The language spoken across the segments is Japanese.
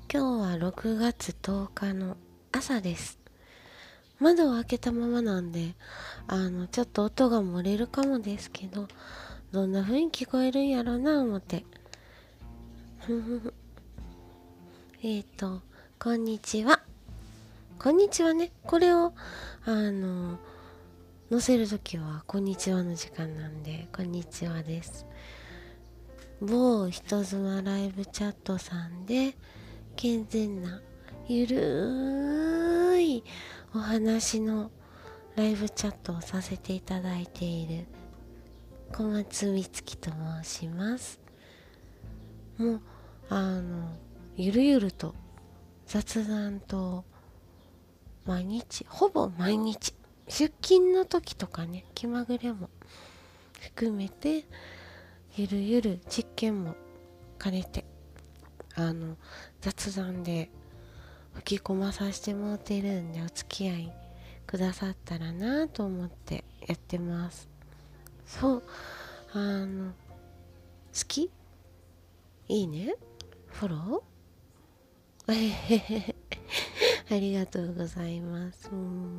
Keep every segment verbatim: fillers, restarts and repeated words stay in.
今日はろくがつとおかの朝です。窓を開けたままなんで、あの、ちょっと音が漏れるかもですけど、どんな風に聞こえるんやろうな思って。ふふふ。えっと、こんにちは。こんにちはね。これを、あの、載せるときは、こんにちはの時間なんで、こんにちはです。某人妻ライブチャットさんで、健全なゆるーいお話のライブチャットをさせていただいている小松美月と申します。もうあのゆるゆると雑談と毎日ほぼ毎日出勤の時とかね、気まぐれも含めてゆるゆる実験も兼ねてあの雑談で吹き込まさせてもらっているんで、お付き合いくださったらなと思ってやってます。そうあの好きいいねフォローえへへありがとうございます。うん、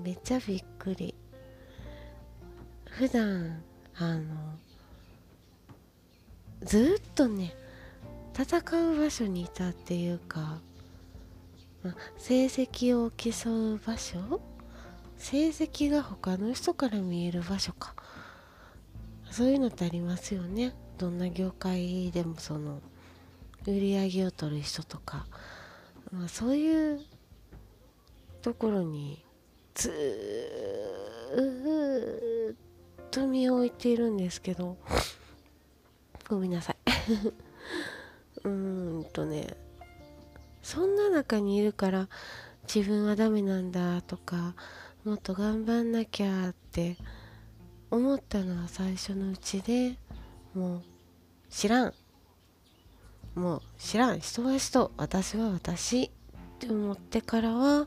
めっちゃびっくり。普段あのずっとね戦う場所にいたっていうか、まあ成績を競う場所、成績が他の人から見える場所か、そういうのってありますよね。どんな業界でもその売り上げを取る人とか、まあ、そういうところにずーっと身を置いているんですけど、ごめんなさい。うーんとねそんな中にいるから自分はダメなんだとか、もっと頑張んなきゃって思ったのは最初のうちで、もう知らんもう知らん人は人、私は私って思ってからは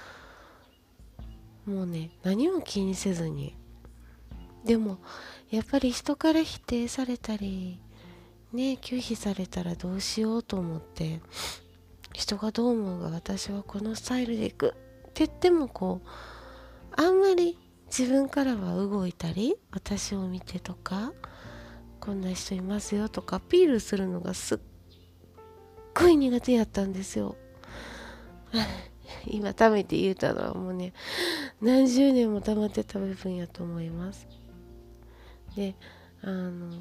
もうね何も気にせずに。でもやっぱり人から否定されたりね拒否されたらどうしようと思って、人がどう思うが私はこのスタイルでいくって言ってもこうあんまり自分からは動いたり、私を見てとかこんな人いますよとかアピールするのがすっごい苦手やったんですよ。今ためて言うたのはもうね何十年も溜まってた部分やと思います。であの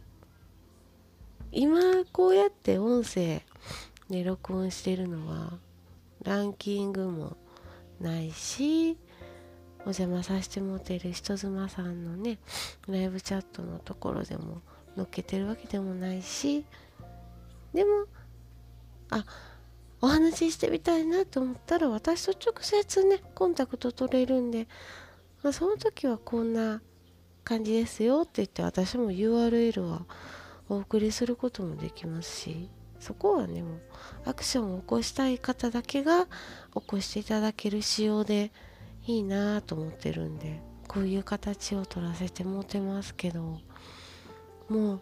今こうやって音声で録音してるのはランキングもないし、お邪魔させてもらっている人妻さんのねライブチャットのところでも載っけてるわけでもないし、でもあお話ししてみたいなと思ったら私と直接ねコンタクト取れるんで、まあ、その時はこんな感じですよって言って私も ユーアールエル はお送りすることもできますし、そこはねもうアクションを起こしたい方だけが起こしていただける仕様でいいなと思ってるんで、こういう形を取らせてもらってますけど、もう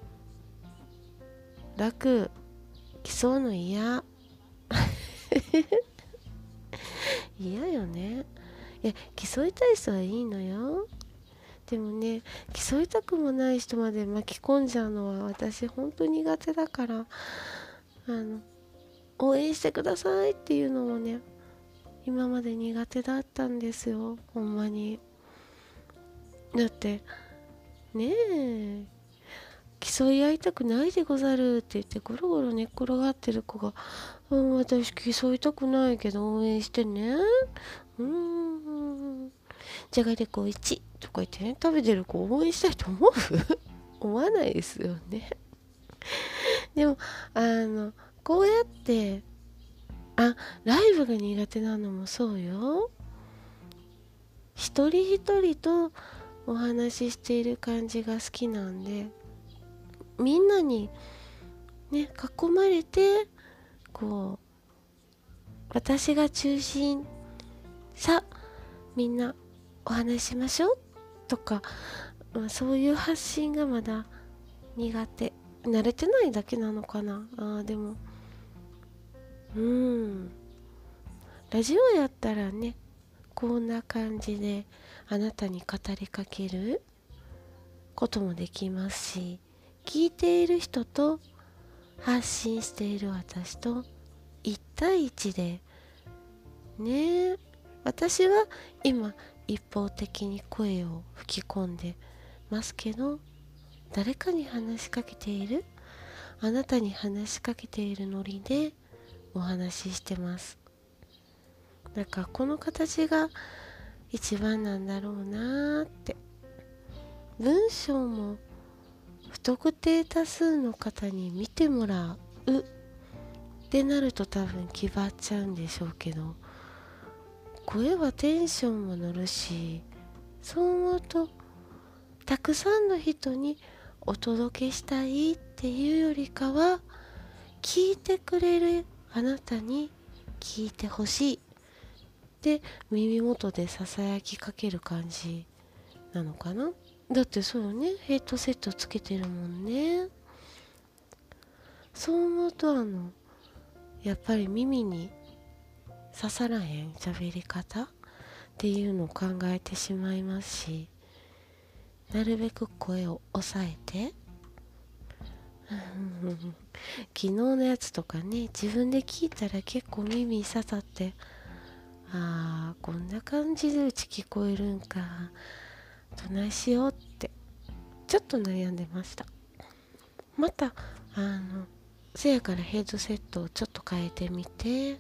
楽競うの嫌嫌よね。いや競いたい人はいいのよ。でもね競いたくもない人まで巻き込んじゃうのは私本当苦手だから、あの応援してくださいっていうのもね今まで苦手だったんですよ、ほんまに。だってねえ競い合いたくないでござるって言ってゴロゴロ寝っ転がってる子が、うん、私競いたくないけど応援してね、うーんじゃがりこいちとか言ってね食べてる子を応援したいと思う思わないですよね。でもあのこうやってあライブが苦手なのもそうよ。一人一人とお話ししている感じが好きなんで、みんなにね囲まれてこう私が中心、さみんなお話ししましょうとか、まあ、そういう発信がまだ苦手、慣れてないだけなのかな。あーでもうん、ラジオやったらね、こんな感じであなたに語りかけることもできますし、聞いている人と発信している私といち対いちでね、私は今一方的に声を吹き込んでますけど、誰かに話しかけている、あなたに話しかけているノリでお話ししてます。なんかこの形が一番なんだろうなーって。文章も不特定多数の方に見てもらうってなると多分気張っちゃうんでしょうけど、声はテンションも乗るし、そう思うとたくさんの人にお届けしたいっていうよりかは、聞いてくれるあなたに聞いてほしいで耳元でささやきかける感じなのかな。だってそうね、ヘッドセットつけてるもんね。そう思うとあのやっぱり耳に刺さらへん喋り方っていうのを考えてしまいますし、なるべく声を抑えて昨日のやつとかね、自分で聞いたら結構耳に刺さって、あーこんな感じでうち聞こえるんか、どないしようってちょっと悩んでました。またあのせやからヘッドセットをちょっと変えてみて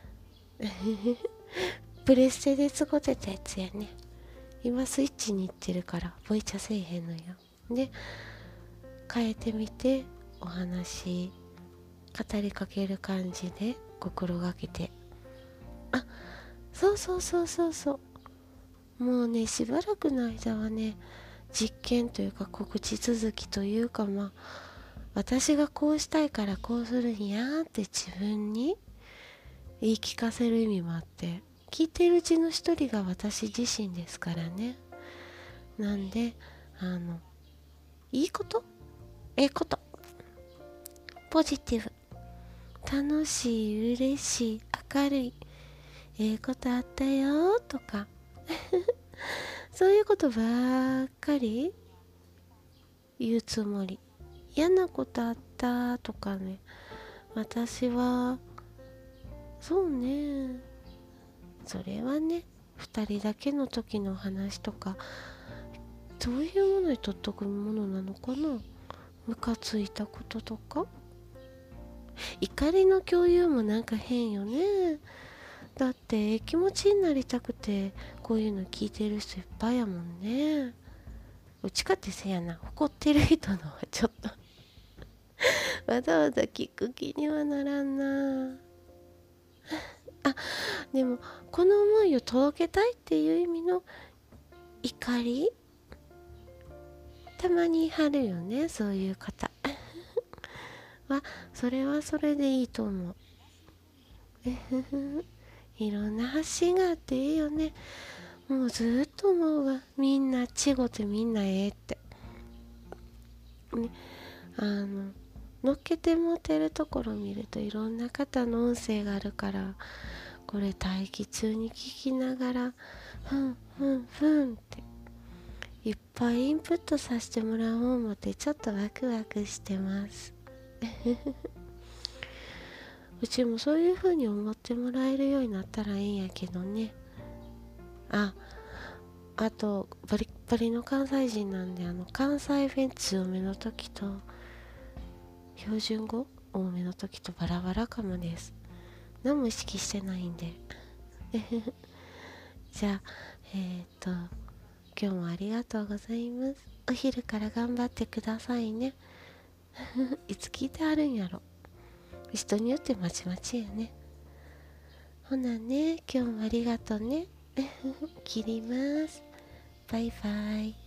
プレステで使ってたやつやね。今スイッチに行ってるからボイチャせえへんのよ。で変えてみてお話語りかける感じで心がけて、あ、そうそうそうそうそう、もうねしばらくの間はね、実験というか告知続きというか、まあ私がこうしたいからこうするんやって自分に言い聞かせる意味もあって、聞いているうちの一人が私自身ですからね。なんであのいいこと、ええこと、ポジティブ、楽しい、嬉しい、明るい、ええことあったよとかそういうことばっかり言うつもり。嫌なことあったとかね、私はそうね、それはねふたりだけの時の話とか、そういうものにとっとくものなのかな。ムカついたこととか怒りの共有もなんか変よね。だって気持ちになりたくてこういうの聞いてる人いっぱいやもんね。うちかってせやな、怒ってる人のはちょっとわざわざ聞く気にはならんなあ。でもこの思いを届けたいっていう意味の怒り、たまにはるよね、そういう方は。それはそれでいいと思ういろんな発信があっていいよね。もうずっと思うわ、みんなちごてみんなええってね。あの乗っけて持てるところを見るといろんな方の音声があるから、これ待機中に聞きながらふんふんふんっていっぱいインプットさせてもらおう思ってちょっとワクワクしてますうちもそういう風に思ってもらえるようになったらいいんやけどね。あ、あとバリッバリの関西人なんで、あの関西弁強めの時と標準語多めの時とバラバラかもです。何も意識してないんでじゃあえっ、ー、と今日もありがとうございます。お昼から頑張ってくださいねいつ聞いてあるんやろ、人によってまちまちやね。ほなね、今日もありがとね切ります。バイバイ。